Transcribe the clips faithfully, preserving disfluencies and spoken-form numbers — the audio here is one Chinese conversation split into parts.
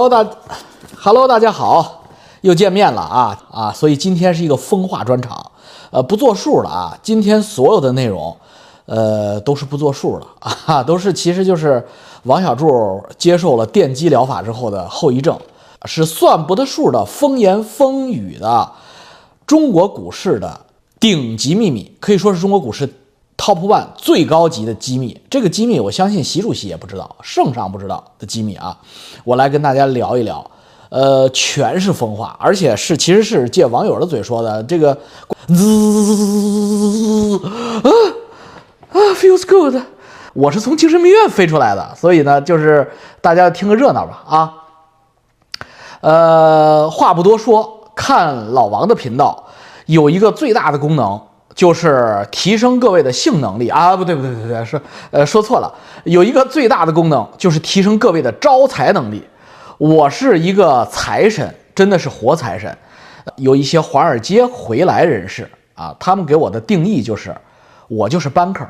Hello 大，Hello 大家好，又见面了啊啊！所以今天是一个风化专场，呃，不作数了啊。今天所有的内容，呃，都是不作数了啊，都是其实就是王小柱接受了电击疗法之后的后遗症，是算不得数的风言风语的中国股市的顶级秘密，可以说是中国股市 Top One 最高级的机密。这个机密，我相信习主席也不知道，圣上不知道的机密啊，我来跟大家聊一聊。呃，全是风化，而且是其实是借网友的嘴说的。这个滋啊啊 feels good， 我是从精神病院飞出来的，所以呢，就是大家听个热闹吧啊。呃，话不多说，看老王的频道有一个最大的功能，就是提升各位的性能力啊，不对不对不对，是呃说错了，有一个最大的功能就是提升各位的招财能力。我是一个财神，真的是活财神。有一些华尔街回来人士啊，他们给我的定义就是，我就是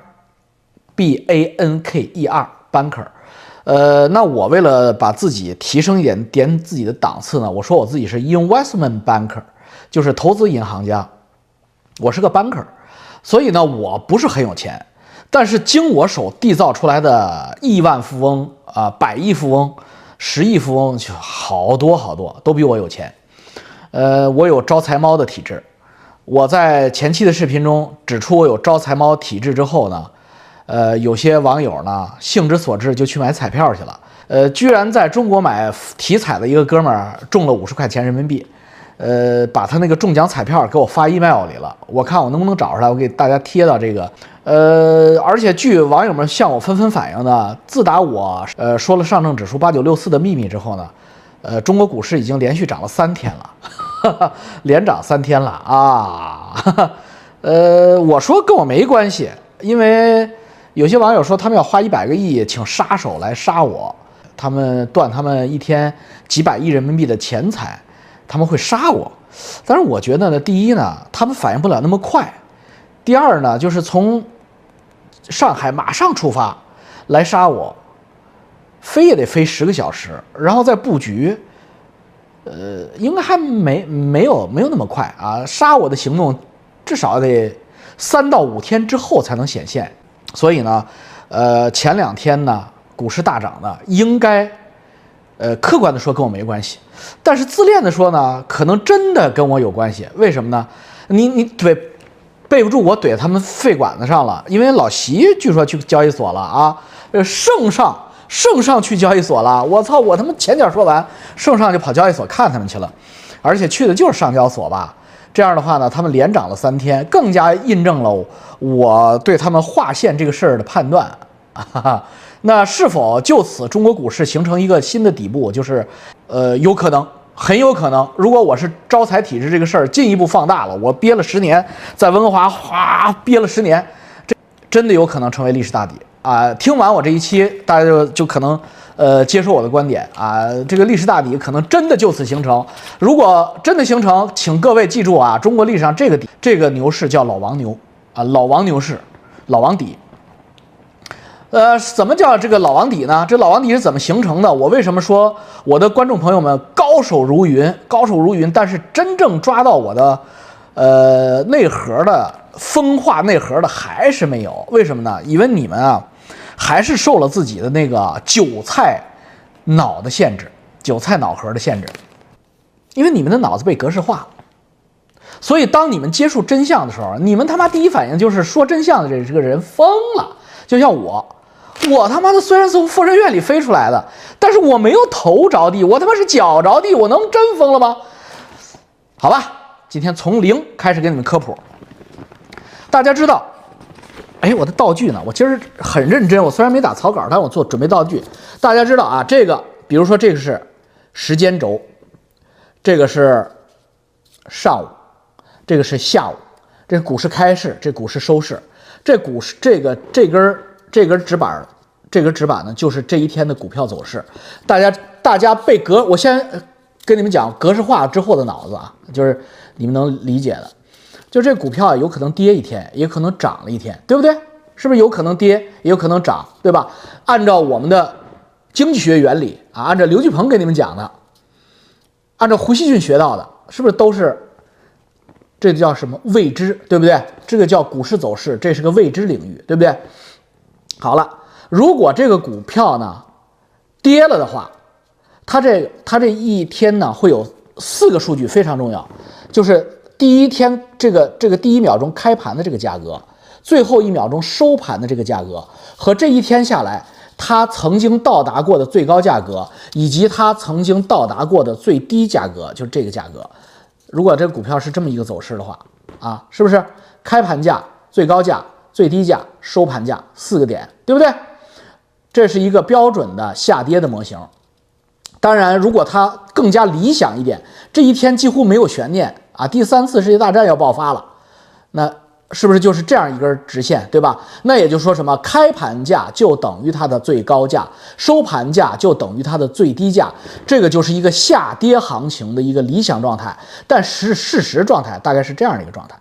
banker，B A N K E R banker。呃，那我为了把自己提升一点点自己的档次呢，我说我自己是 investment banker， 就是投资银行家。我是个 banker， 所以呢，我不是很有钱，但是经我手缔造出来的亿万富翁啊、呃，百亿富翁。十亿富翁就好多好多，都比我有钱。呃，我有招财猫的体质。我在前期的视频中指出我有招财猫体质之后呢，呃，有些网友呢兴之所至就去买彩票去了。呃，居然在中国买体彩的一个哥们儿中了五十块钱人民币，呃，把他那个中奖彩票给我发 email 里了。我看我能不能找出来，我给大家贴到这个。呃，而且据网友们向我纷纷反映呢，自打我呃说了上证指数八九六四的秘密之后呢，呃，中国股市已经连续涨了三天了，哈哈，连涨三天了啊！哈哈，呃，我说跟我没关系，因为有些网友说他们要花一百个亿请杀手来杀我，他们断他们一天几百亿人民币的钱财，他们会杀我。但是我觉得呢，第一呢，他们反应不了那么快；第二呢，就是从上海马上出发来杀我，飞也得飞十个小时，然后再布局，呃，应该还没没有没有那么快啊。杀我的行动至少得三到五天之后才能显现。所以呢，呃，前两天呢股市大涨的，应该呃客观的说跟我没关系，但是自恋的说呢，可能真的跟我有关系。为什么呢？你你对。背不住我怼他们肺管子上了，因为老习据说去交易所了啊，呃，圣上圣上去交易所了，我操，我他妈前脚说完，圣上就跑交易所看他们去了，而且去的就是上交所吧。这样的话呢，他们连涨了三天，更加印证了我对他们划线这个事儿的判断。哈哈，那是否就此中国股市形成一个新的底部？就是呃，有可能。很有可能，如果我是招财体质这个事儿进一步放大了，我憋了十年，在温哥华哗憋了十年，这真的有可能成为历史大底啊！听完我这一期，大家就就可能呃接受我的观点啊，这个历史大底可能真的就此形成。如果真的形成，请各位记住啊，中国历史上这个底这个牛市叫老王牛啊，老王牛市，老王底。呃，怎么叫这个老王底呢？这老王底是怎么形成的？我为什么说我的观众朋友们高手如云，高手如云，但是真正抓到我的呃内核的风化内核的还是没有？为什么呢？因为你们啊，还是受了自己的那个韭菜脑的限制，韭菜脑核的限制，因为你们的脑子被格式化了。所以当你们接触真相的时候，你们他妈第一反应就是说真相的这这个人疯了，就像我。我他妈的虽然从富人院里飞出来的，但是我没有头着地，我他妈是脚着地，我能真疯了吗？好吧，今天从零开始给你们科普。大家知道，哎，我的道具呢？我今儿很认真，我虽然没打草稿，但我做准备道具。大家知道啊，这个比如说这个是时间轴，这个是上午，这个是下午，这股市开市，这股市收市，这股市这个这根这根纸板。这根纸板呢，就是这一天的股票走势。大家，大家被格，我先跟你们讲格式化之后的脑子啊，就是你们能理解的。就这股票有可能跌一天，也可能涨了一天，对不对？是不是有可能跌，也有可能涨，对吧？按照我们的经济学原理啊，按照刘继鹏给你们讲的按照胡锡进学到的，是不是都是这叫什么未知，对不对？这个叫股市走势，这是个未知领域，对不对？好了，如果这个股票呢跌了的话，它这它这一天呢会有四个数据非常重要，就是第一天这个这个第一秒钟开盘的这个价格，最后一秒钟收盘的这个价格，和这一天下来它曾经到达过的最高价格，以及它曾经到达过的最低价格，就是这个价格。如果这个股票是这么一个走势的话，啊，是不是开盘价、最高价、最低价、收盘价四个点，对不对？这是一个标准的下跌的模型。当然，如果它更加理想一点，这一天几乎没有悬念啊，第三次世界大战要爆发了，那是不是就是这样一根直线，对吧？那也就是说什么？开盘价就等于它的最高价，收盘价就等于它的最低价，这个就是一个下跌行情的一个理想状态。但是事实状态大概是这样的一个状态，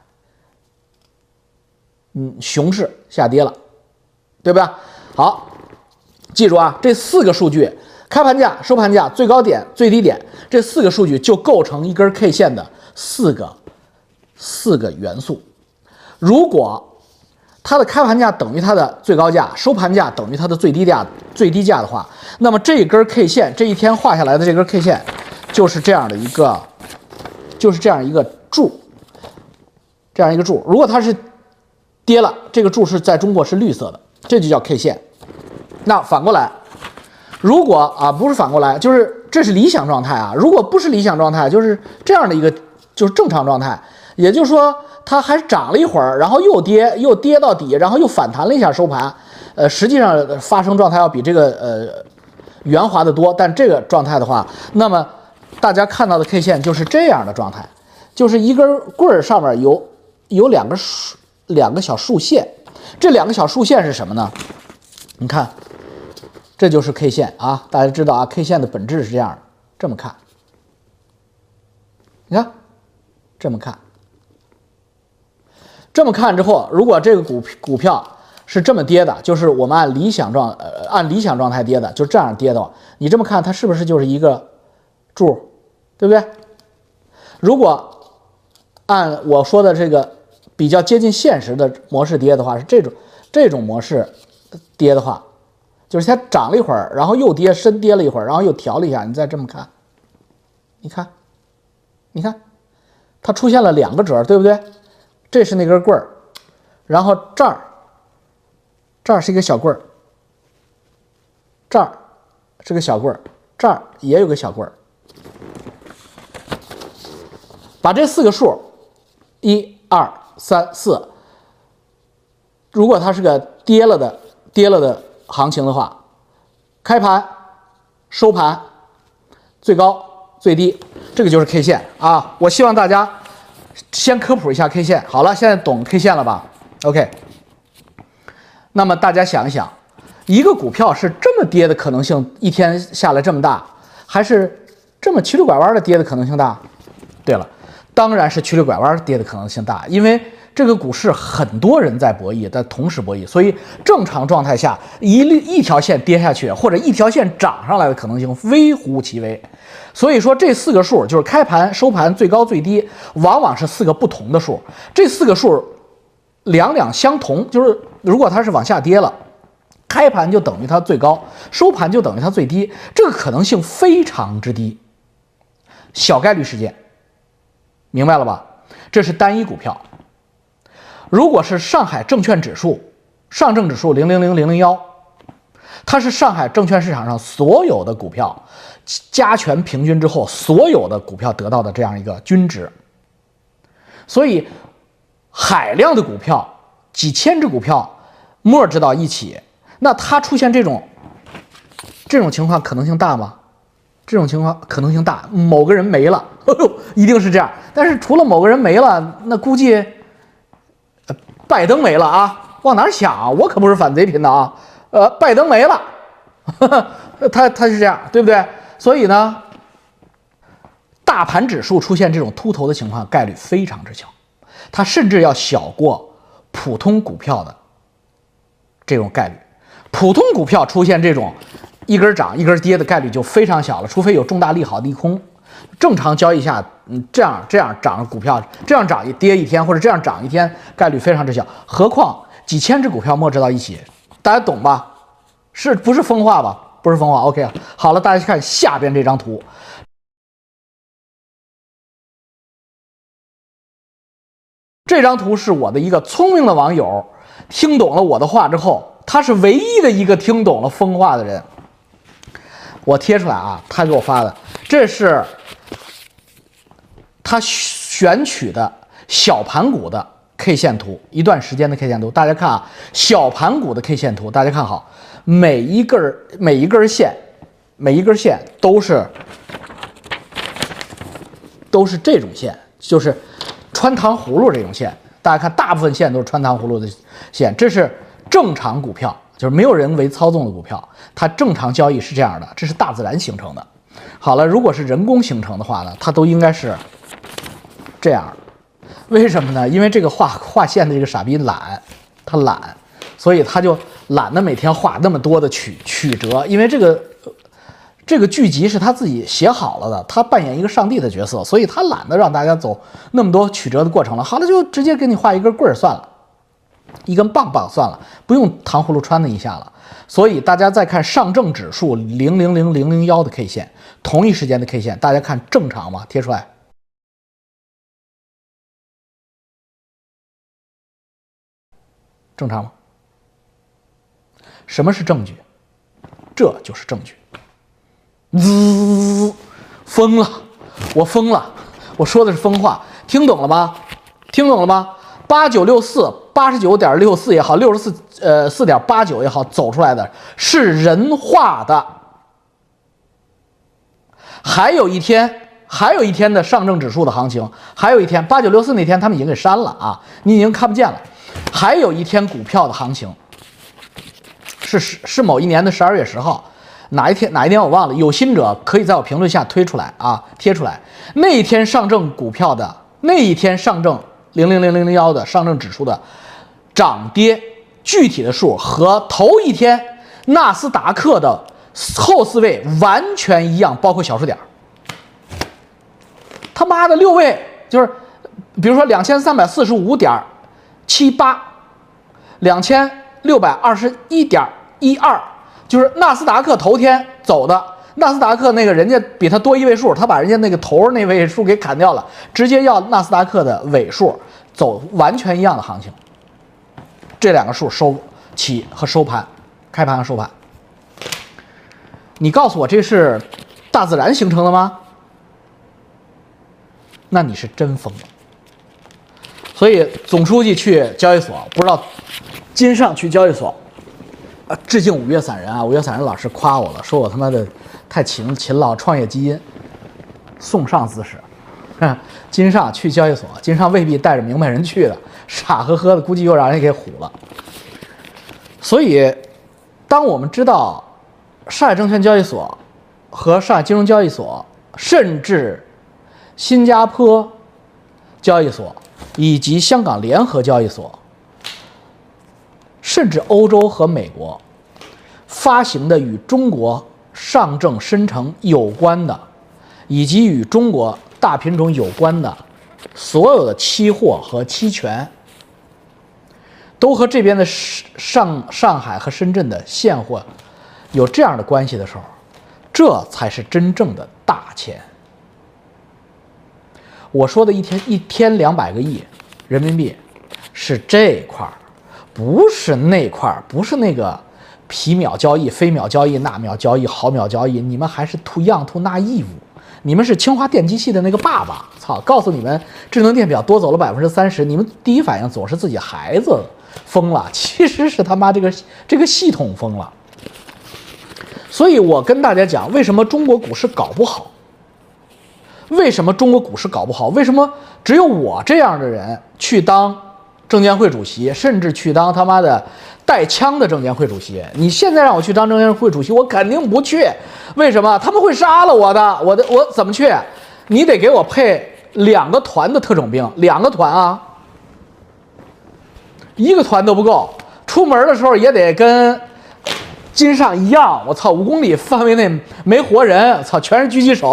嗯，熊市下跌了，对吧？好，记住啊，这四个数据。开盘价、收盘价、最高点、最低点，这四个数据就构成一根 K 线的四个四个元素。如果它的开盘价等于它的最高价，收盘价等于它的最低价最低价的话，那么这根 K 线这一天画下来的这根 K 线就是这样的一个，就是这样一个柱，这样一个柱。如果它是跌了，这个柱是在中国是绿色的，这就叫 K 线。那反过来。如果啊不是反过来，就是这是理想状态啊。如果不是理想状态，就是这样的一个就是正常状态。也就是说，它还涨了一会儿，然后又跌，又跌到底，然后又反弹了一下收盘。呃，实际上发生状态要比这个呃圆滑的多。但这个状态的话，那么大家看到的 K 线就是这样的状态，就是一根棍儿上面有有两个竖两个小竖线，这两个小竖线是什么呢？你看。这就是 K 线啊，大家知道啊 ，K 线的本质是这样的，这么看，你看，这么看，这么看之后，如果这个股股票是这么跌的，就是我们按理想状呃按理想状态跌的，就这样跌的话，你这么看，它是不是就是一个柱，对不对？如果按我说的这个比较接近现实的模式跌的话，是这种这种模式跌的话。就是它涨了一会儿，然后又跌，深跌了一会儿，然后又调了一下。你再这么看，你看，你看，它出现了两个折，对不对？这是那根棍儿，然后这儿，这儿是一个小棍儿，这儿是个小棍儿，这儿也有个小棍儿。把这四个数，一、二、三、四，如果它是个跌了的，跌了的。行情的话，开盘、收盘、最高、最低，这个就是 K 线啊。我希望大家先科普一下 K 线。好了，现在懂 K 线了吧 ？OK。那么大家想一想，一个股票是这么跌的可能性，一天下来这么大，还是这么曲里拐弯的跌的可能性大？对了，当然是曲里拐弯跌的可能性大，因为。这个股市很多人在博弈，但同时博弈，所以正常状态下，一律一条线跌下去，或者一条线涨上来的可能性微乎其微。所以说，这四个数就是开盘、收盘、最高、最低，往往是四个不同的数。这四个数两两相同，就是如果它是往下跌了，开盘就等于它最高，收盘就等于它最低，这个可能性非常之低，小概率事件，明白了吧？这是单一股票。如果是上海证券指数，上证指数零零零零零一，它是上海证券市场上所有的股票加权平均之后，所有的股票得到的这样一个均值。所以，海量的股票，几千只股票 merge 到一起，那它出现这种这种情况可能性大吗？这种情况可能性大，某个人没了，呵呵一定是这样。但是除了某个人没了，那估计。拜登没了啊，往哪儿想啊？我可不是反贼频道啊。呃，拜登没了，呵呵他他是这样，对不对？所以呢，大盘指数出现这种秃头的情况概率非常之小，它甚至要小过普通股票的这种概率。普通股票出现这种一根涨一根跌的概率就非常小了，除非有重大利好利空。 正常交易下，嗯，这样这样涨股票，这样涨一跌一天，或者这样涨一天，概率非常之小。何况几千只股票墨制到一起，大家懂吧？是不是疯话吧？不是疯话。OK， 好了，大家看下边这张图。这张图是我的一个聪明的网友听懂了我的话之后，他是唯一的一个听懂了疯话的人。我贴出来啊，他给我发的，这是他选取的小盘股的 K 线图，一段时间的 K 线图。大家看啊，小盘股的 K 线图，大家看好，每一根每一根线，每一根线都是都是这种线，就是穿糖葫芦这种线。大家看，大部分线都是穿糖葫芦的线，这是正常股票，就是没有人为操纵的股票，它正常交易是这样的，这是大自然形成的。好了，如果是人工形成的话呢，它都应该是这样的。为什么呢？因为这个画画线的这个傻逼懒，他懒，所以他就懒得每天画那么多的曲曲折，因为这个这个剧集是他自己写好了的，他扮演一个上帝的角色，所以他懒得让大家走那么多曲折的过程了。好了，就直接给你画一根棍儿算了，一根棒棒算了，不用糖葫芦穿那一下了。所以大家再看上证指数零零零零零一的 K 线，同一时间的 K 线，大家看正常吗？贴出来。正常吗？什么是证据？这就是证据。滋，疯了，我疯了，我说的是疯话，听懂了吗？听懂了吗？八九六四，八十九点六四也好，六十四呃四点八九也好，走出来的是人画的。还有一天，还有一天的上证指数的行情，还有一天八九六四那天他们已经给删了啊，你已经看不见了。还有一天股票的行情，是是某一年的十二月十号，哪一天哪一天我忘了，有心者可以在我评论下推出来啊，贴出来。那一天上证股票的那一天上证零零零零零一的上证指数的涨跌具体的数和头一天纳斯达克的后四位完全一样，包括小数点。他妈的六位就是，比如说两千三百四十五点七八，两千六百二十一点一二，就是纳斯达克头天走的，纳斯达克那个人家比他多一位数，他把人家那个头那位数给砍掉了，直接要纳斯达克的尾数，走完全一样的行情。这两个数收起和收盘，开盘和收盘。你告诉我这是大自然形成的吗？那你是真疯了。所以总书记去交易所，不知道金上去交易所，啊，致敬五月散人啊！五月散人老师夸我了，说我他妈的太勤勤劳，创业基因，送上姿势。嗯，金上去交易所，金上未必带着明白人去的，傻呵呵的，估计又让人给唬了。所以，当我们知道上海证券交易所和上海金融交易所，甚至新加坡交易所以及香港联合交易所，甚至欧洲和美国发行的与中国上证深成有关的，以及与中国大品种有关的所有的期货和期权，都和这边的上上海和深圳的现货有这样的关系的时候，这才是真正的大钱。我说的一天一天两百个亿人民币是这块儿，不是那块儿，不是那个皮秒交易、飞秒交易、纳秒交易、毫秒交易，你们还是 too young too naive，你们是清华电机系的那个爸爸，操！告诉你们智能电表多走了百分之三十，你们第一反应总是自己孩子疯了，其实是他妈这个这个系统疯了。所以我跟大家讲，为什么中国股市搞不好？为什么中国股市搞不好？为什么只有我这样的人去当证监会主席，甚至去当他妈的带枪的证监会主席？你现在让我去当证监会主席，我肯定不去。为什么？他们会杀了我的，我的我怎么去？你得给我配两个团的特种兵，两个团啊，一个团都不够。出门的时候也得跟金上一样，我操，五公里范围内没活人，操，全是狙击手。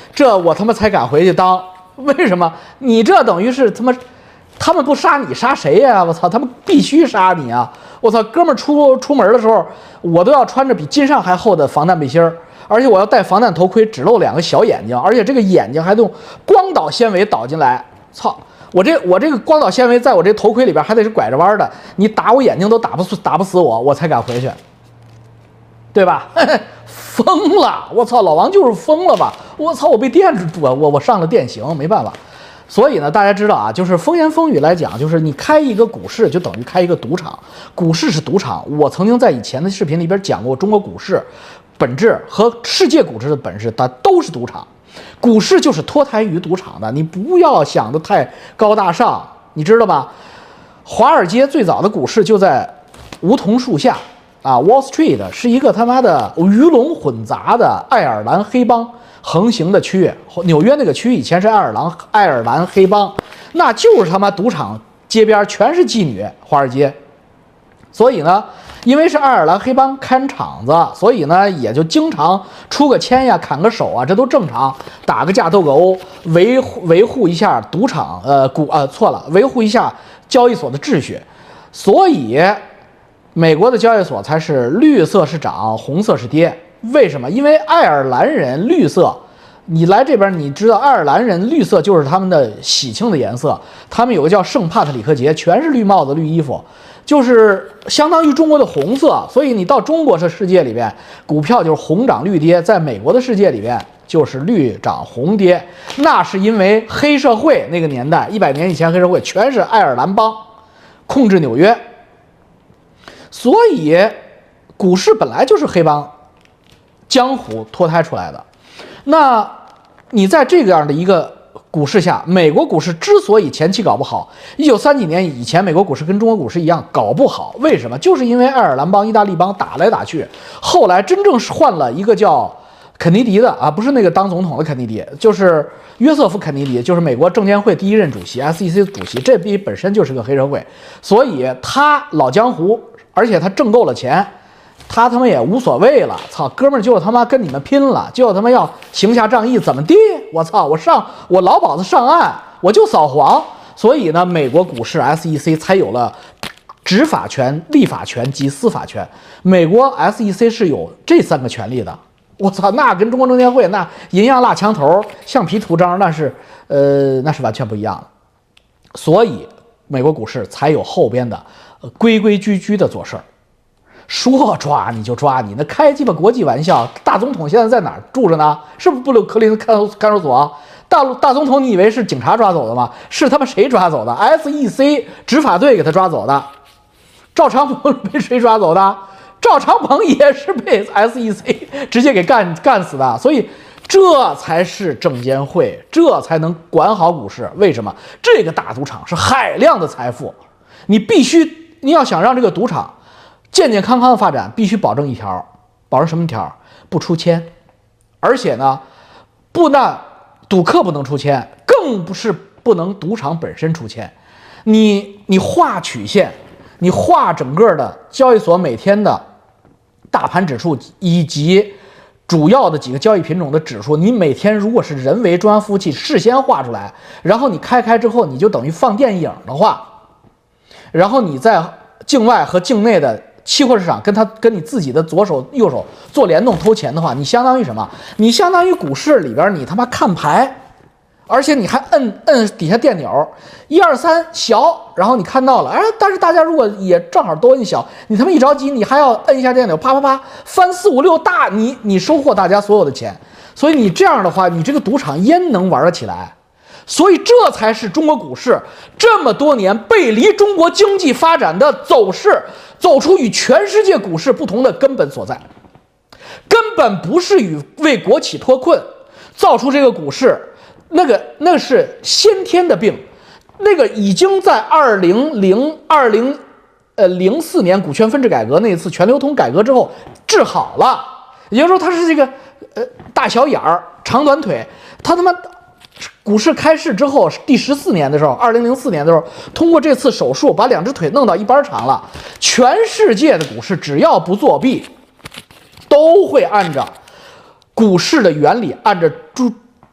这我他妈才敢回去当。为什么？你这等于是他妈，他们不杀你杀谁呀？我操，他们必须杀你啊！我操，哥们儿出出门的时候，我都要穿着比金上还厚的防弹背心儿，而且我要戴防弹头盔，只露两个小眼睛，而且这个眼睛还用光导纤维导进来。操！我这我这个光导纤维在我这头盔里边还得是拐着弯的，你打我眼睛都打不打不死我，我才敢回去，对吧？疯了！我操，老王就是疯了吧？我操，我被电住我我我上了电刑，没办法。所以呢，大家知道啊，就是风言风语来讲，就是你开一个股市就等于开一个赌场，股市是赌场。我曾经在以前的视频里边讲过，中国股市本质和世界股市的本质，它都是赌场。股市就是脱胎于赌场的，你不要想得太高大上，你知道吧？华尔街最早的股市就在梧桐树下。啊 ，Wall Street 是一个他妈的鱼龙混杂的爱尔兰黑帮横行的区域。纽约那个区域以前是爱尔兰爱尔兰黑帮，那就是他妈赌场，街边全是妓女。华尔街，所以呢，因为是爱尔兰黑帮看场子，所以呢也就经常出个千呀、砍个手啊，这都正常。打个架、斗个殴，维护维护一下赌场，呃股呃错了，维护一下交易所的秩序。所以。美国的交易所才是绿色是涨，红色是跌。为什么？因为爱尔兰人绿色，你来这边你知道，爱尔兰人绿色就是他们的喜庆的颜色。他们有个叫圣帕特里克节，全是绿帽子、绿衣服，就是相当于中国的红色。所以你到中国的世界里边，股票就是红涨绿跌；在美国的世界里边，就是绿涨红跌。那是因为黑社会那个年代，一百年以前黑社会全是爱尔兰帮控制纽约。所以，股市本来就是黑帮、江湖脱胎出来的。那你在这样的一个股市下，美国股市之所以前期搞不好，一九三几年以前，美国股市跟中国股市一样搞不好，为什么？就是因为爱尔兰帮、意大利帮打来打去，后来真正是换了一个叫肯尼迪的啊，不是那个当总统的肯尼迪，就是约瑟夫·肯尼迪，就是美国证监会第一任主席 S E C 主席，这逼本身就是个黑社会，所以他老江湖。而且他挣够了钱，他他妈也无所谓了。操，哥们儿就他妈跟你们拼了，就他妈要行侠仗义，怎么地？我操，我上我老鸨子上岸，我就扫黄。所以呢，美国股市 S E C 才有了执法权、立法权及司法权。美国 S E C 是有这三个权利的。我操，那跟中国证监会那银样蜡枪头、橡皮图章，那是呃那是完全不一样的。所以美国股市才有后边的。规规矩矩的做事儿，说抓你就抓你，那开鸡巴国际玩笑。大总统现在在哪儿住着呢？是不是布鲁克林看看守所？大陆大总统你以为是警察抓走的吗？是他妈谁抓走的 ？S E C 执法队给他抓走的。赵长鹏被谁抓走的？赵长鹏也是被 S E C 直接给干干死的。所以这才是证监会，这才能管好股市。为什么？这个大赌场是海量的财富，你必须。你要想让这个赌场健健康康的发展，必须保证一条，保证什么条？不出千，而且呢，不但赌客不能出千，更不是不能赌场本身出千。你你画曲线，你画整个的交易所每天的大盘指数以及主要的几个交易品种的指数，你每天如果是人为中央服务器事先画出来，然后你开开之后，你就等于放电影的话。然后你在境外和境内的期货市场跟它跟你自己的左手右手做联动偷钱的话，你相当于什么？你相当于股市里边你他妈看牌，而且你还摁摁底下电钮，一二三小，然后你看到了，哎，但是大家如果也正好都摁小，你他妈一着急，你还要摁一下电钮，啪啪啪翻四五六大，你你收获大家所有的钱，所以你这样的话，你这个赌场焉能玩得起来？所以这才是中国股市这么多年背离中国经济发展的走势，走出与全世界股市不同的根本所在。根本不是与为国企脱困造出这个股市，那个那是先天的病，那个已经在二零零二零呃零四年股权分置改革那次全流通改革之后治好了。也就是说，它是这个呃大小眼儿、长短腿，他他妈。股市开市之后，第十四年的时候，二零零四年的时候，通过这次手术把两只腿弄到一般长了。全世界的股市只要不作弊，都会按照股市的原理，按照中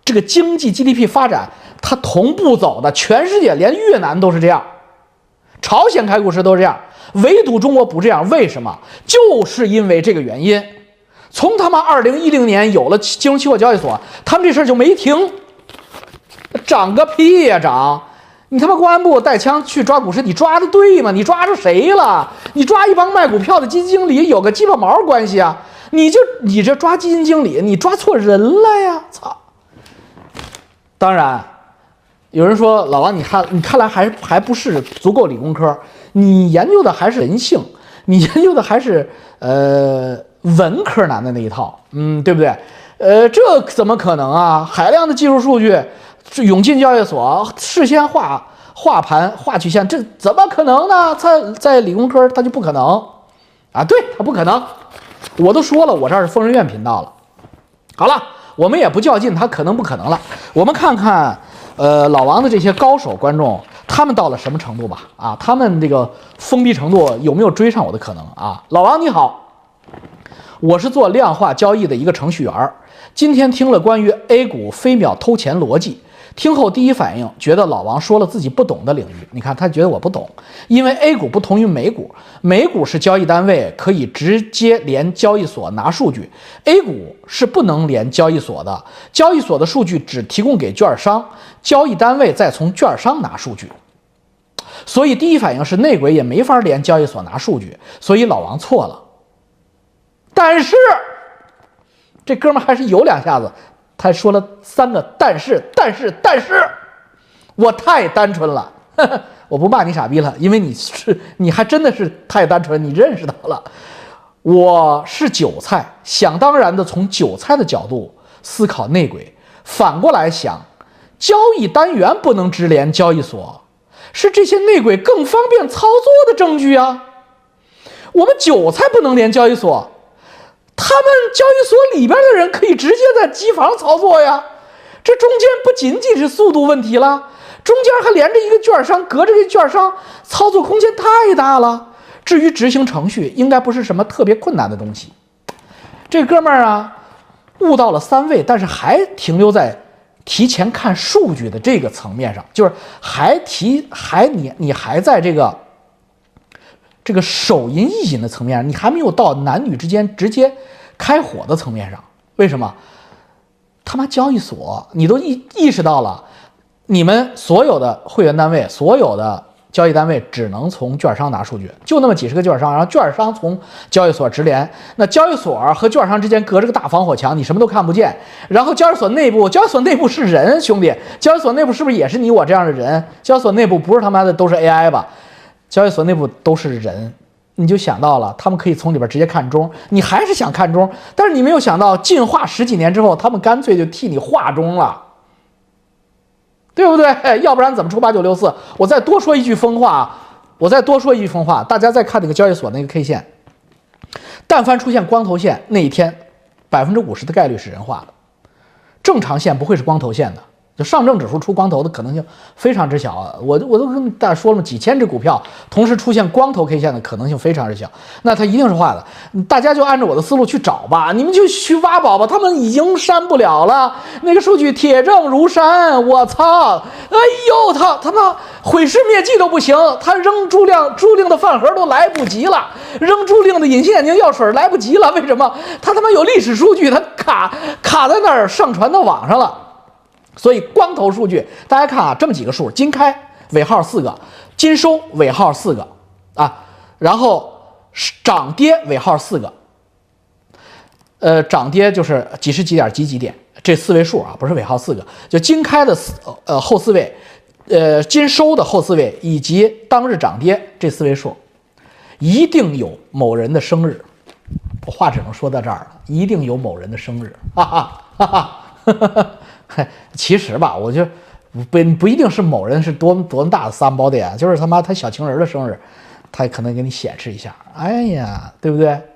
这个经济 G D P 发展，它同步走的，全世界连越南都是这样，朝鲜开股市都是这样，唯独中国不这样，为什么？就是因为这个原因。从他妈二零一零年有了金融期货交易所，他们这事儿就没停，涨个屁呀、啊、涨！你他妈公安部带枪去抓股市，你抓的对吗？你抓住谁了？你抓一帮卖股票的基金经理有个鸡巴毛关系啊！你就你这抓基金经理，你抓错人了呀！操！当然，有人说老王，你看你看来还还不是足够理工科，你研究的还是人性，你研究的还是呃。文科男的那一套，嗯，对不对？呃，这怎么可能啊？海量的技术数据涌进交易所，事先画画盘、画曲线，这怎么可能呢？在在理工科，它就不可能啊！对，它不可能。我都说了，我这儿是疯人院频道了。好了，我们也不较劲，它可能不可能了。我们看看，呃，老王的这些高手观众，他们到了什么程度吧？啊，他们这个封闭程度有没有追上我的可能啊？老王你好。我是做量化交易的一个程序员，今天听了关于 A 股飞秒偷钱逻辑，听后第一反应觉得老王说了自己不懂的领域。你看他觉得我不懂，因为 A 股不同于美股，美股是交易单位可以直接连交易所拿数据， A 股是不能连交易所的，交易所的数据只提供给券商，交易单位再从券商拿数据。所以第一反应是内鬼也没法连交易所拿数据，所以老王错了。但是，这哥们还是有两下子，他说了三个但是，但是，但是，我太单纯了，呵呵，我不骂你傻逼了，因为你是你还真的是太单纯，你认识到了，我是韭菜，想当然的从韭菜的角度思考内鬼，反过来想，交易单元不能直连交易所，是这些内鬼更方便操作的证据啊，我们韭菜不能连交易所。他们交易所里边的人可以直接在机房操作呀，这中间不仅仅是速度问题了，中间还连着一个券商，隔着这券商，操作空间太大了。至于执行程序，应该不是什么特别困难的东西。这哥们儿啊，悟到了三位，但是还停留在提前看数据的这个层面上，就是还提还你你还在这个。这个手淫意淫的层面，你还没有到男女之间直接开火的层面上。为什么？他妈交易所，你都意意识到了，你们所有的会员单位、所有的交易单位只能从券商拿数据，就那么几十个券商，然后券商从交易所直连。那交易所和券商之间隔着个大防火墙，你什么都看不见。然后交易所内部，交易所内部是人，兄弟，交易所内部是不是也是你我这样的人？交易所内部不是他妈的都是 A I 吧？交易所内部都是人，你就想到了，他们可以从里边直接看钟，你还是想看钟，但是你没有想到，进化十几年之后，他们干脆就替你画钟了，对不对？要不然怎么出八九六四？我再多说一句疯话，我再多说一句疯话，大家再看那个交易所那个 K 线，但凡出现光头线，那一天百分之五十的概率是人画的，正常线不会是光头线的。就上证指数出光头的可能性非常之小啊！我我都跟大家说了嘛，几千只股票同时出现光头 K 线的可能性非常之小，那它一定是画的。大家就按照我的思路去找吧，你们就去挖宝吧，他们已经删不了了，那个数据铁证如山，我操！哎呦，他他妈毁尸灭迹都不行，他扔朱亮朱令的饭盒都来不及了，扔朱令的隐形眼镜药水来不及了，为什么？他他妈有历史数据，他卡卡在那儿上传到网上了。所以光头数据，大家看啊，这么几个数，金开尾号四个，金收尾号四个啊，然后涨跌尾号四个，呃，涨跌就是几十几点几几点，这四位数啊，不是尾号四个，就金开的四呃后四位，呃金收的后四位以及当日涨跌这四位数，一定有某人的生日，我话只能说到这儿了，一定有某人的生日，哈哈哈哈哈哈。其实吧，我就不不一定是某人是多多大的 somebody 啊，就是他妈他小情人的生日，他可能给你显示一下，哎呀，对不对？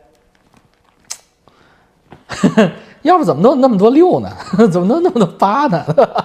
要不怎么都那么多六呢？怎么都那么多八呢？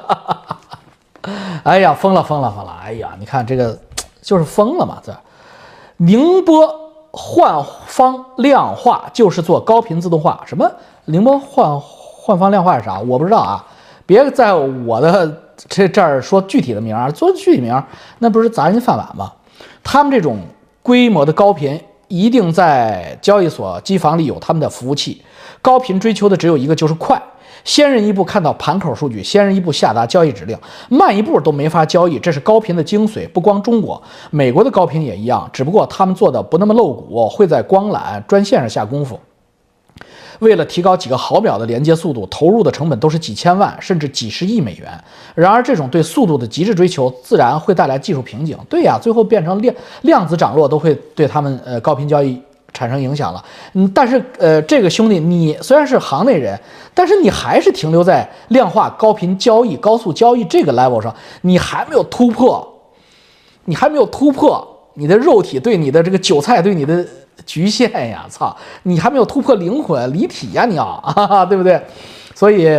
哎呀，疯了疯了疯了！哎呀，你看这个就是疯了嘛！这宁波换方量化就是做高频自动化，什么宁波换换方量化是啥？我不知道啊。 别在我的这这儿说具体的名儿，做具体名儿那不是砸人饭碗吗？他们这种规模的高频，一定在交易所机房里有他们的服务器。高频追求的只有一个，就是快。先人一步看到盘口数据，先人一步下达交易指令，慢一步都没法交易，这是高频的精髓。不光中国，美国的高频也一样，只不过他们做的不那么露骨，会在光缆专线上下功夫。为了提高几个毫秒的连接速度，投入的成本都是几千万甚至几十亿美元。然而，这种对速度的极致追求，自然会带来技术瓶颈。对呀，最后变成量量子涨落都会对他们呃高频交易产生影响了。嗯，但是呃，这个兄弟，你虽然是行内人，但是你还是停留在量化高频交易、高速交易这个 level 上，你还没有突破，你还没有突破你的肉体对你的这个韭菜对你的局限呀！操，你还没有突破灵魂离体呀，你要啊，对不对？所以，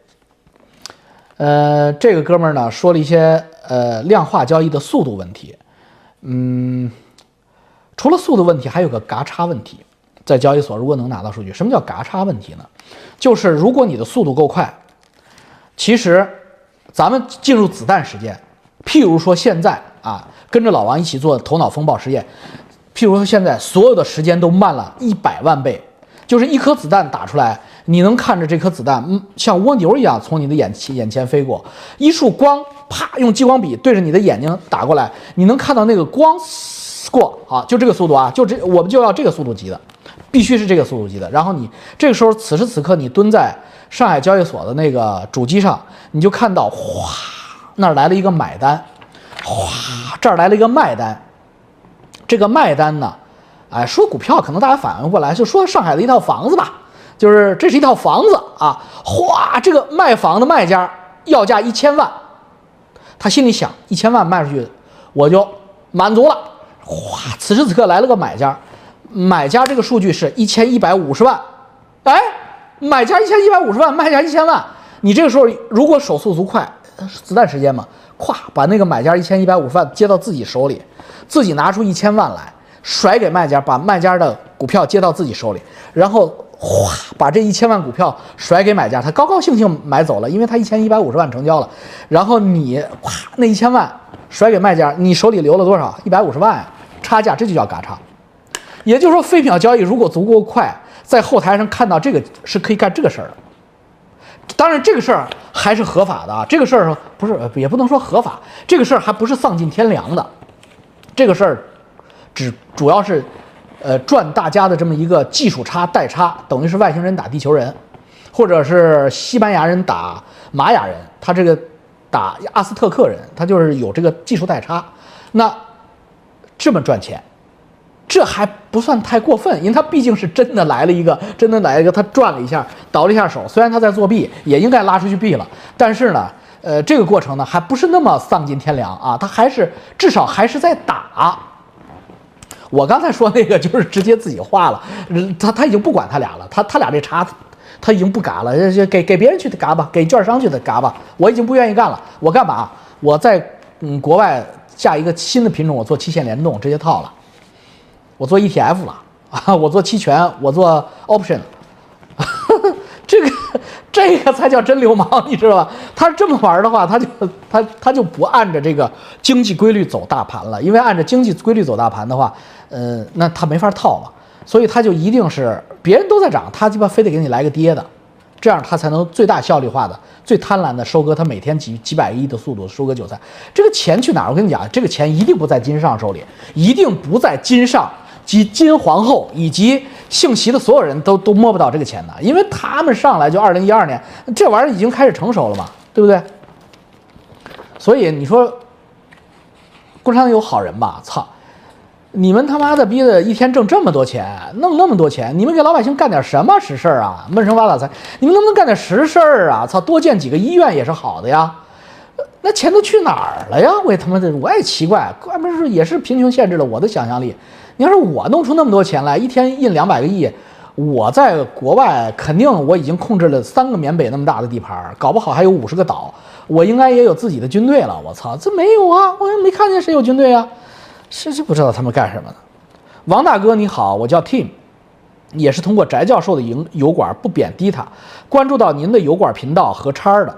呃，这个哥们儿呢说了一些呃量化交易的速度问题，嗯。除了速度问题，还有个嘎差问题。在交易所，如果能拿到数据，什么叫嘎差问题呢？就是如果你的速度够快，其实咱们进入子弹时间，譬如说现在啊，跟着老王一起做头脑风暴实验，譬如说现在所有的时间都慢了一百万倍，就是一颗子弹打出来，你能看着这颗子弹，嗯，像蜗牛一样从你的眼前眼前飞过，一束光，啪，用激光笔对着你的眼睛打过来，你能看到那个光。过啊，就这个速度啊，就这我们就要这个速度级的，必须是这个速度级的。然后你这个时候，此时此刻，你蹲在上海交易所的那个主机上，你就看到哗，那儿来了一个买单，哗，这儿来了一个卖单。这个卖单呢，哎，说股票可能大家反应过来，就说上海的一套房子吧，就是这是一套房子啊，哗，这个卖房的卖家要价一千万，他心里想，一千万卖出去，我就满足了。哗！此时此刻来了个买家，买家这个数据是一千一百五十万，哎，买家一千一百五十万，卖家一千万。你这个时候如果手速足快，子弹时间嘛，咵把那个买家一千一百五十万接到自己手里，自己拿出一千万来甩给卖家，把卖家的股票接到自己手里，然后哗把这一千万股票甩给买家，他高高兴兴买走了，因为他一千一百五十万成交了。然后你哗那一千万甩给卖家，你手里留了多少？一百五十万呀。差价，这就叫嘎差。也就是说，飞秒交易如果足够快，在后台上看到这个是可以干这个事儿的。当然，这个事儿还是合法的啊，这个事儿不是，也不能说合法，这个事儿还不是丧尽天良的。这个事儿只主要是，呃，赚大家的这么一个技术差、代差，等于是外星人打地球人，或者是西班牙人打玛雅人，他这个打阿斯特克人，他就是有这个技术代差。那这么赚钱，这还不算太过分，因为他毕竟是真的来了一个，真的来了一个，他转了一下，倒了一下手。虽然他在作弊，也应该拉出去毙了，但是呢，呃，这个过程呢还不是那么丧尽天良啊，他还是至少还是在打。我刚才说那个就是直接自己画了，他他已经不管他俩了，他他俩这茬他已经不嘎了，给给别人去嘎吧，给券商去的嘎吧，我已经不愿意干了，我干嘛？我在嗯国外。下一个新的品种，我做期限联动，直接套了。我做 E T F 了啊，我做期权，我做 option， 这个这个才叫真流氓，你知道吧？他这么玩的话，他就他他就不按着这个经济规律走大盘了，因为按照经济规律走大盘的话，呃，那他没法套嘛，所以他就一定是别人都在涨，他鸡巴非得给你来个跌的。这样他才能最大效率化的、最贪婪的收割他每天几几百亿的速度收割韭菜。这个钱去哪儿？我跟你讲，这个钱一定不在金上手里，一定不在金上及金皇后以及姓习的所有人都都摸不到这个钱的，因为他们上来就二零一二年，这玩意儿已经开始成熟了嘛，对不对？所以你说，共产党有好人吧？操！你们他妈的逼的一天挣这么多钱，弄那么多钱，你们给老百姓干点什么实事啊？闷声发大财，你们能不能干点实事啊？操，多建几个医院也是好的呀。那钱都去哪儿了呀？我也他妈的，我也奇怪，怪不是也是贫穷限制了我的想象力。你要是我弄出那么多钱来，一天印两百个亿，我在国外肯定我已经控制了三个缅北那么大的地盘，搞不好还有五十个岛，我应该也有自己的军队了。我操，这没有啊，我也没看见谁有军队啊。是是不知道他们干什么的。王大哥你好，我叫 Tim， 也是通过翟教授的油油管，不贬低他，关注到您的油管频道和叉的，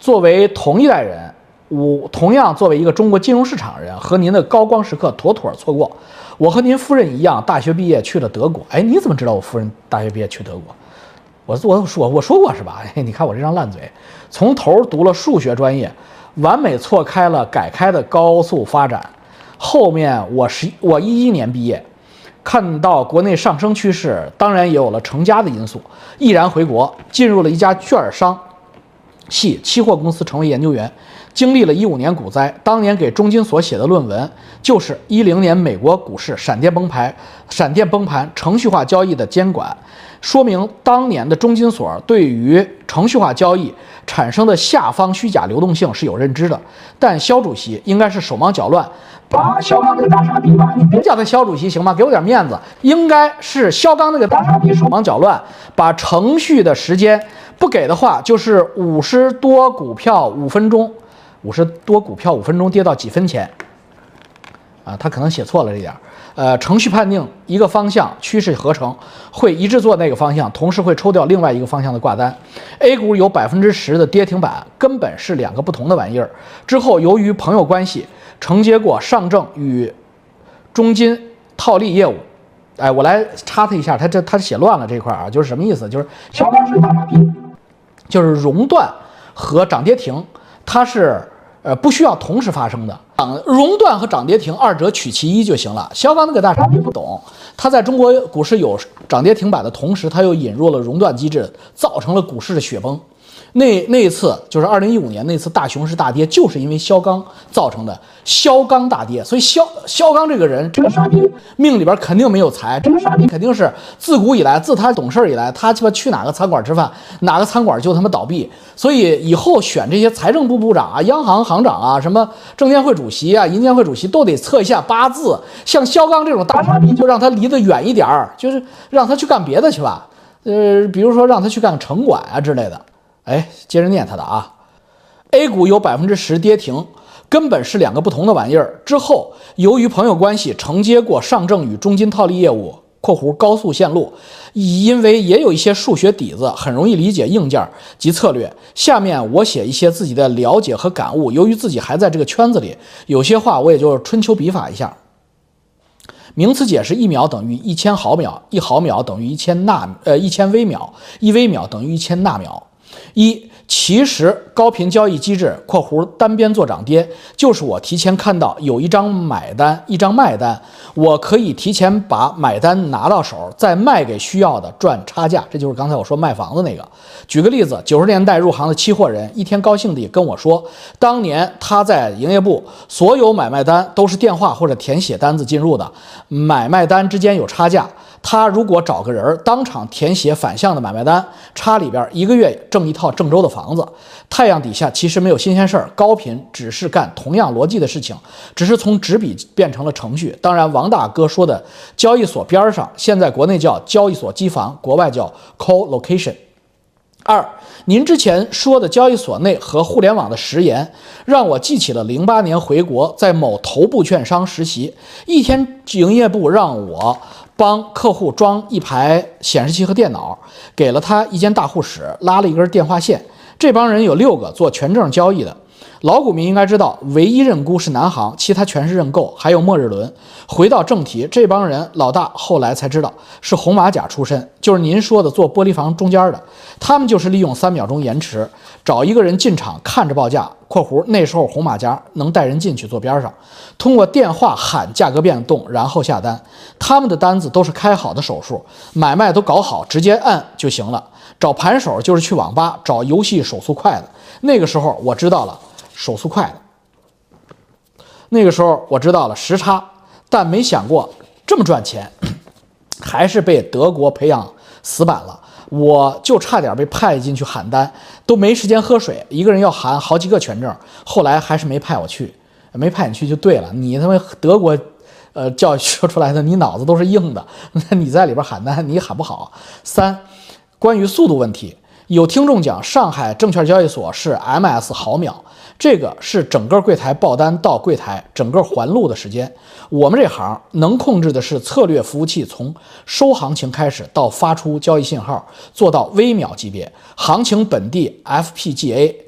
作为同一代人，我同样作为一个中国金融市场人，和您的高光时刻妥妥错过。我和您夫人一样，大学毕业去了德国。哎，你怎么知道我夫人大学毕业去德国？我我说我说过是吧？哎，你看我这张烂嘴，从头读了数学专业，完美错开了改开的高速发展。后面我十我一一年毕业，看到国内上升趋势，当然也有了成家的因素，毅然回国，进入了一家券商系期货公司，成为研究员。经历了一五年股灾，当年给中金所写的论文就是一零年美国股市闪电崩盘，闪电崩盘程序化交易的监管，说明当年的中金所对于程序化交易产生的下方虚假流动性是有认知的。但肖主席应该是手忙脚乱，把肖钢那个大傻逼吧，你别叫他肖主席行吗？给我点面子。应该是肖钢那个大傻逼手忙脚乱，把程序的时间不给的话，就是五十多股票五分钟。五十多股票五分钟跌到几分钱，啊，他可能写错了这点。呃，程序判定一个方向趋势合成，会一致做那个方向，同时会抽掉另外一个方向的挂单。A 股有百分之十的跌停板，根本是两个不同的玩意儿。之后由于朋友关系承接过上证与中金套利业务。哎，我来插他一下，他这他写乱了这块啊，就是什么意思？就是小高是大傻逼，就是熔断和涨跌停，它是。呃，不需要同时发生的，涨熔断和涨跌停二者取其一就行了。肖钢那个大傻逼不懂，他在中国股市有涨跌停板的同时，他又引入了熔断机制，造成了股市的雪崩。那那一次就是二零一五年那次大熊市大跌，就是因为肖钢造成的。肖钢大跌，所以肖肖钢这个人，这个傻逼命里边肯定没有财，这个傻逼肯定是自古以来，自他懂事以来，他鸡巴去哪个餐馆吃饭，哪个餐馆就他妈倒闭。所以以后选这些财政部部长啊、央行行长啊、什么证监会主席啊、银监会主席，都得测一下八字。像肖钢这种大傻逼，就让他离得远一点儿，就是让他去干别的去吧。呃，比如说让他去干城管啊之类的。哎，接着念他的啊 ，A 股有百分之十跌停，根本是两个不同的玩意儿。之后由于朋友关系承接过上证与中金套利业务（括弧高速线路），因为也有一些数学底子，很容易理解硬件及策略。下面我写一些自己的了解和感悟，由于自己还在这个圈子里，有些话我也就春秋笔法一下。名词解释：一秒等于一千毫秒，一毫秒等于一千纳呃一千微秒，一微秒等于一千纳秒。一，其实高频交易机制（括弧单边做涨跌）就是我提前看到有一张买单，一张卖单，我可以提前把买单拿到手，再卖给需要的赚差价。这就是刚才我说卖房子那个。举个例子，九十年代入行的期货人一天高兴地跟我说，当年他在营业部，所有买卖单都是电话或者填写单子进入的，买卖单之间有差价。他如果找个人当场填写反向的买卖单，差里边一个月挣一套郑州的房子。太阳底下其实没有新鲜事儿，高频只是干同样逻辑的事情，只是从纸笔变成了程序。当然，王大哥说的交易所边上，现在国内叫交易所机房，国外叫 co-location。二，您之前说的交易所内和互联网的食言，让我记起了零八年回国，在某头部券商实习，一天营业部让我帮客户装一排显示器和电脑，给了他一间大户室，拉了一根电话线。这帮人有六个做权证交易的，老股民应该知道，唯一认沽是南航，其他全是认购，还有末日轮。回到正题，这帮人老大后来才知道是红马甲出身，就是您说的做玻璃房中间的。他们就是利用三秒钟延迟，找一个人进场看着报价（括弧那时候红马甲能带人进去坐边上），通过电话喊价格变动，然后下单。他们的单子都是开好的手术，买卖都搞好，直接按就行了。找盘手就是去网吧找游戏手速快的。那个时候我知道了手速快的，那个时候我知道了时差，但没想过这么赚钱，还是被德国培养死板了。我就差点被派进去喊单，都没时间喝水，一个人要喊好几个权证。后来还是没派我去，没派你去就对了。你他妈德国，呃，教育说出来的，你脑子都是硬的，那你在里边喊单，你喊不好。三，关于速度问题。有听众讲，上海证券交易所是 M S 毫秒，这个是整个柜台报单到柜台整个环路的时间。我们这行能控制的是策略服务器从收行情开始到发出交易信号，做到微秒级别。行情本地 F P G A（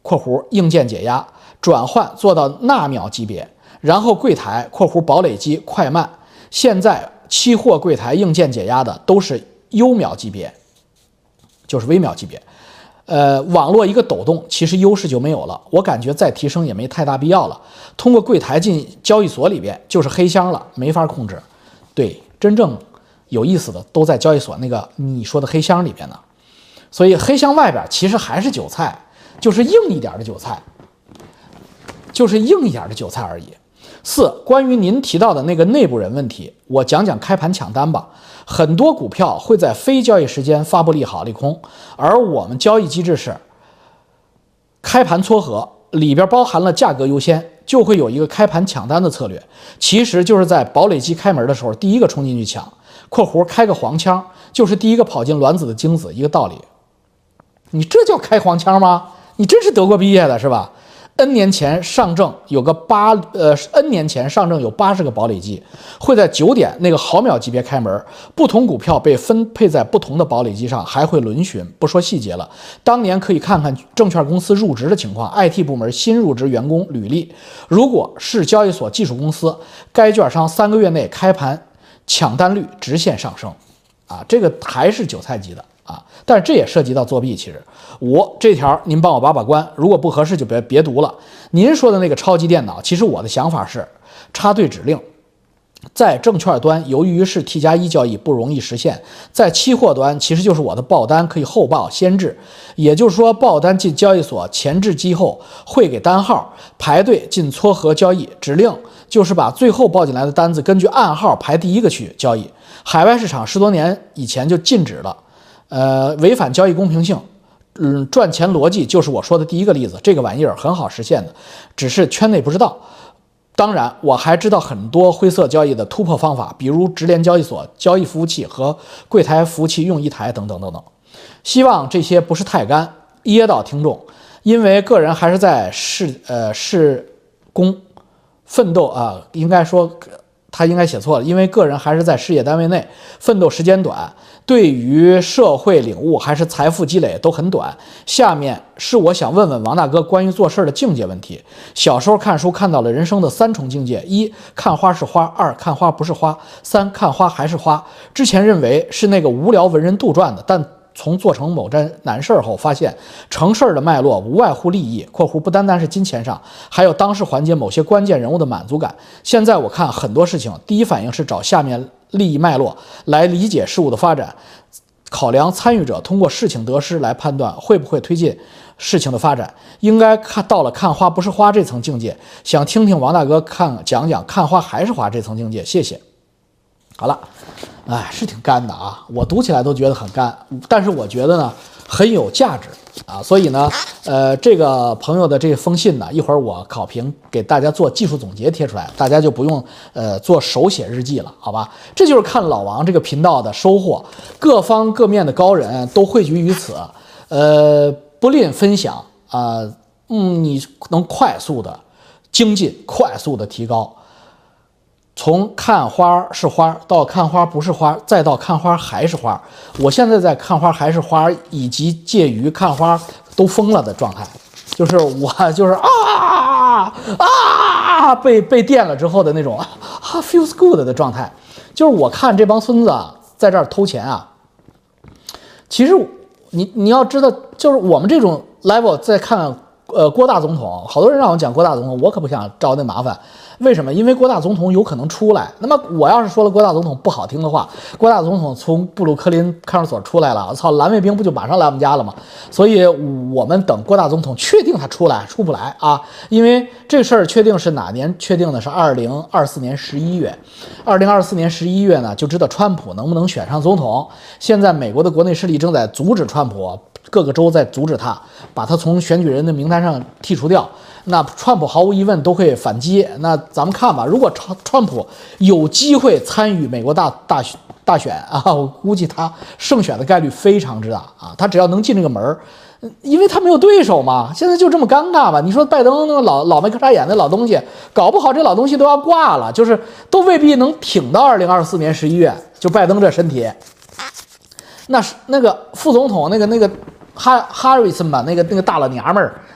括弧硬件解压转换做到纳秒级别，然后柜台括弧堡垒机快慢，现在期货柜台硬件解压的都是优秒级别，就是微秒级别。呃，网络一个抖动，其实优势就没有了。我感觉再提升也没太大必要了。通过柜台进交易所里边就是黑箱了，没法控制。对，真正有意思的都在交易所那个你说的黑箱里边呢。所以黑箱外边其实还是韭菜，就是硬一点的韭菜，就是硬一点的韭菜而已。四，关于您提到的那个内部人问题，我讲讲开盘抢单吧。很多股票会在非交易时间发布利好利空，而我们交易机制是开盘撮合，里边包含了价格优先，就会有一个开盘抢单的策略，其实就是在堡垒机开门的时候第一个冲进去抢，括弧开个黄腔，就是第一个跑进卵子的精子，一个道理。你这叫开黄腔吗？你真是德国毕业的是吧？N 年前上证有个八呃 N 年前上证有八十个堡垒机，会在九点那个毫秒级别开门，不同股票被分配在不同的堡垒机上，还会轮询，不说细节了。当年可以看看证券公司入职的情况 ，I T 部门新入职员工履历，如果是交易所技术公司，该券商三个月内开盘抢单率直线上升，啊，这个还是韭菜级的。啊，但是这也涉及到作弊。其实我这条您帮我把把关，如果不合适就别别读了。您说的那个超级电脑，其实我的想法是插队指令，在证券端由于是 T 加一交易不容易实现，在期货端其实就是我的报单可以后报先至，也就是说报单进交易所前置机后会给单号排队进撮合交易，指令就是把最后报进来的单子根据暗号排第一个去交易。海外市场十多年以前就禁止了。呃，违反交易公平性，嗯，赚钱逻辑就是我说的第一个例子，这个玩意儿很好实现的，只是圈内不知道。当然，我还知道很多灰色交易的突破方法，比如直联交易所、交易服务器和柜台服务器用一台等等等等。希望这些不是太干噎到听众，因为个人还是在事呃事工奋斗啊、呃，应该说他应该写错了，因为个人还是在事业单位内奋斗时间短。对于社会领悟还是财富积累都很短。下面是我想问问王大哥关于做事的境界问题。小时候看书看到了人生的三重境界：一看花是花，二看花不是花，三看花还是花。之前认为是那个无聊文人杜撰的，但从做成某件难事后发现，成事的脉络无外乎利益（括弧不单单是金钱上，还有当时环节某些关键人物的满足感）。现在我看很多事情，第一反应是找下面利益脉络来理解事物的发展，考量参与者通过事情得失来判断会不会推进事情的发展。应该看到了看花不是花这层境界，想听听王大哥看讲讲看花还是花这层境界，谢谢。好了，哎，是挺干的啊，我读起来都觉得很干，但是我觉得呢很有价值啊，所以呢，呃，这个朋友的这封信呢，一会儿我考评给大家做技术总结贴出来，大家就不用呃做手写日记了，好吧？这就是看老王这个频道的收获，各方各面的高人都汇聚于此，呃，不吝分享啊、呃，嗯，你能快速的精进，快速的提高。从看花是花到看花不是花，再到看花还是花。我现在在看花还是花，以及介于看花都疯了的状态，就是我就是啊啊被被电了之后的那种啊 feels good 的状态。就是我看这帮孙子啊在这儿偷钱啊，其实你你要知道，就是我们这种 level 在看呃郭大总统，好多人让我讲郭大总统，我可不想找那麻烦。为什么？因为郭大总统有可能出来。那么我要是说了郭大总统不好听的话，郭大总统从布鲁克林看守所出来了，我操，蓝卫兵不就马上来我们家了吗？所以我们等郭大总统确定他出来，出不来啊？因为这事儿确定是哪年确定的？是二零二四年十一月。二零二四年十一月呢，就知道川普能不能选上总统。现在美国的国内势力正在阻止川普，各个州在阻止他，把他从选举人的名单上剔除掉。那川普毫无疑问都会反击。那咱们看吧，如果川川普有机会参与美国大大大选啊，我估计他胜选的概率非常之大啊。他只要能进这个门儿，因为他没有对手嘛。现在就这么尴尬吧？你说拜登那个老老没看傻眼的老东西，搞不好这老东西都要挂了，就是都未必能挺到二零二四年十一月。就拜登这身体，那是那个副总统那个那个哈哈瑞森吧，那个那个大老娘们儿。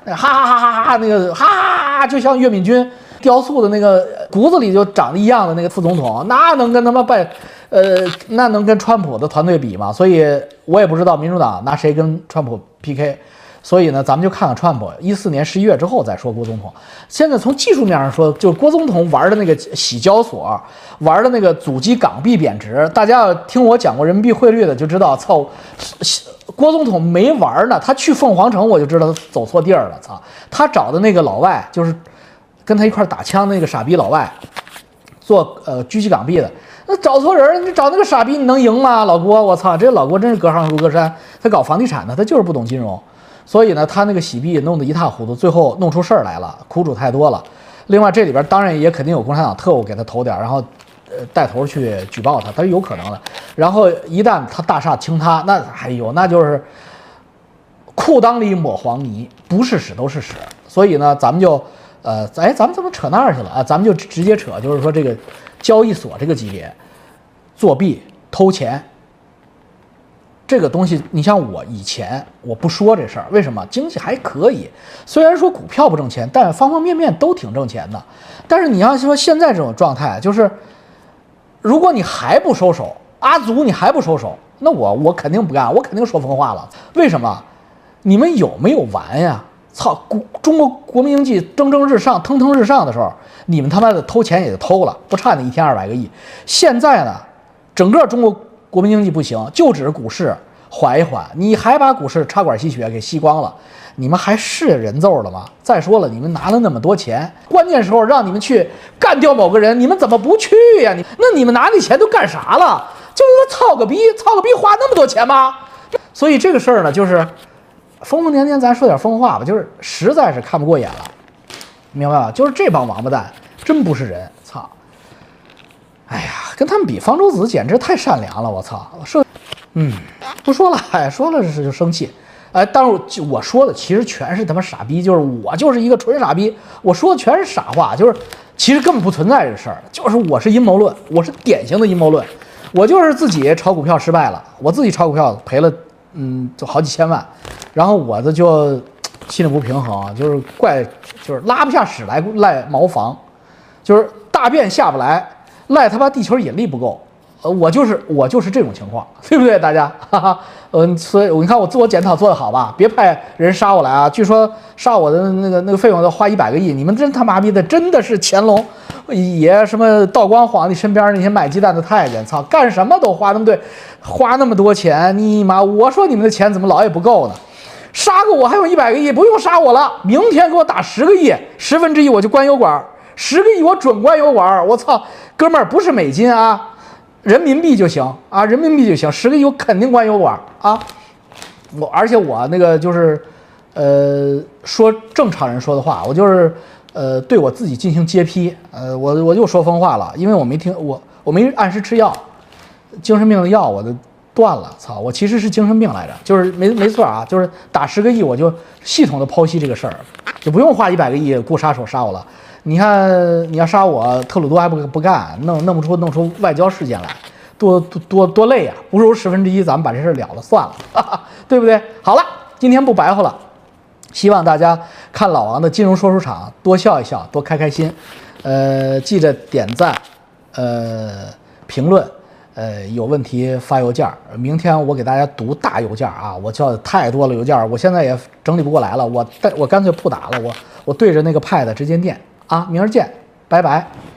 哈哈哈哈哈那个哈哈哈，就像岳敏君雕塑的那个骨子里就长得一样的那个副总统，那能跟他妈拜，呃，那能跟川普的团队比吗？所以我也不知道民主党拿谁跟川普 P K。所以呢，咱们就看看川普一四年十一月之后再说郭总统。现在从技术面上说，就是郭总统玩的那个洗交所，玩的那个阻击港币贬值。大家要听我讲过人民币汇率的就知道，操，郭总统没玩呢。他去凤凰城，我就知道他走错地儿了。操，他找的那个老外，就是跟他一块打枪的那个傻逼老外，做呃狙击港币的。那找错人，你找那个傻逼，你能赢吗？老郭，我操，这老郭真是隔行如隔山。他搞房地产的，他就是不懂金融。所以呢，他那个洗币弄得一塌糊涂，最后弄出事儿来了，苦主太多了。另外，这里边当然也肯定有共产党特务给他投点，然后呃带头去举报他，他是有可能的。然后一旦他大厦倾塌，那哎呦，那就是裤裆里抹黄泥，不是屎都是屎。所以呢，咱们就呃，哎，咱们怎么扯那儿去了啊？咱们就直接扯，就是说这个交易所这个级别作弊偷钱。这个东西，你像我以前我不说这事儿，为什么？经济还可以，虽然说股票不挣钱，但方方面面都挺挣钱的。但是你要说现在这种状态，就是如果你还不收手，阿祖你还不收手，那我我肯定不干，我肯定说疯话了。为什么？你们有没有完呀？操，中国国民经济蒸蒸日上、腾腾日上的时候，你们他妈的偷钱也就偷了，不差那一天二百个亿。现在呢，整个中国国民经济不行，就指股市缓一缓，你还把股市插管吸血给吸光了，你们还是人揍了吗？再说了，你们拿了那么多钱，关键时候让你们去干掉某个人，你们怎么不去呀？你那你们拿那钱都干啥了？就是操个逼，操个逼，花那么多钱吗？所以这个事儿呢，就是疯疯癫癫，咱说点疯话吧，就是实在是看不过眼了，明白吧？就是这帮王八蛋真不是人，操！哎呀，跟他们比，方舟子简直太善良了，我操！说，嗯，不说了，哎，说了是就生气，哎，但是我说的其实全是他妈傻逼，就是我就是一个纯傻逼，我说的全是傻话，就是其实根本不存在这事儿，就是我是阴谋论，我是典型的阴谋论，我就是自己炒股票失败了，我自己炒股票赔了，嗯，就好几千万，然后我的就心里不平衡，就是怪就是拉不下屎来赖茅房，就是大便下不来。赖他妈地球引力不够，呃，我就是我就是这种情况，对不对？大家，哈哈，嗯，所以你看我自我检讨做得好吧？别派人杀我来啊！据说杀我的那个那个费用要花一百个亿，你们真他妈逼的，真的是乾隆爷什么道光皇帝身边那些卖鸡蛋的太监，操，干什么都花那么对，花那么多钱，你妈！我说你们的钱怎么老也不够呢？杀个我还有一百个亿，不用杀我了，明天给我打十个亿，十分之一我就关油管。十个亿我准关油管，我操，哥们儿不是美金啊，人民币就行啊，人民币就行，十个亿我肯定关油管啊，我而且我那个就是，呃，说正常人说的话，我就是呃对我自己进行揭批，呃，我我又说疯话了，因为我没听我我没按时吃药，精神病的药我都断了，操，我其实是精神病来着，就是没没错啊，就是打十个亿我就系统的剖析这个事儿，就不用花一百个亿雇杀手杀我了。你看，你要杀我，特鲁多还不不干，弄弄不出弄出外交事件来，多多多多累啊！不如十分之一，咱们把这事了了算了，哈哈，对不对？好了，今天不白话了，希望大家看老王的金融说书场多笑一笑，多开开心。呃，记着点赞，呃，评论，呃，有问题发邮件。明天我给大家读大邮件啊，我叫太多了邮件，我现在也整理不过来了，我带我干脆不打了，我我对着那个 pad 直接念。啊，明儿见，拜拜。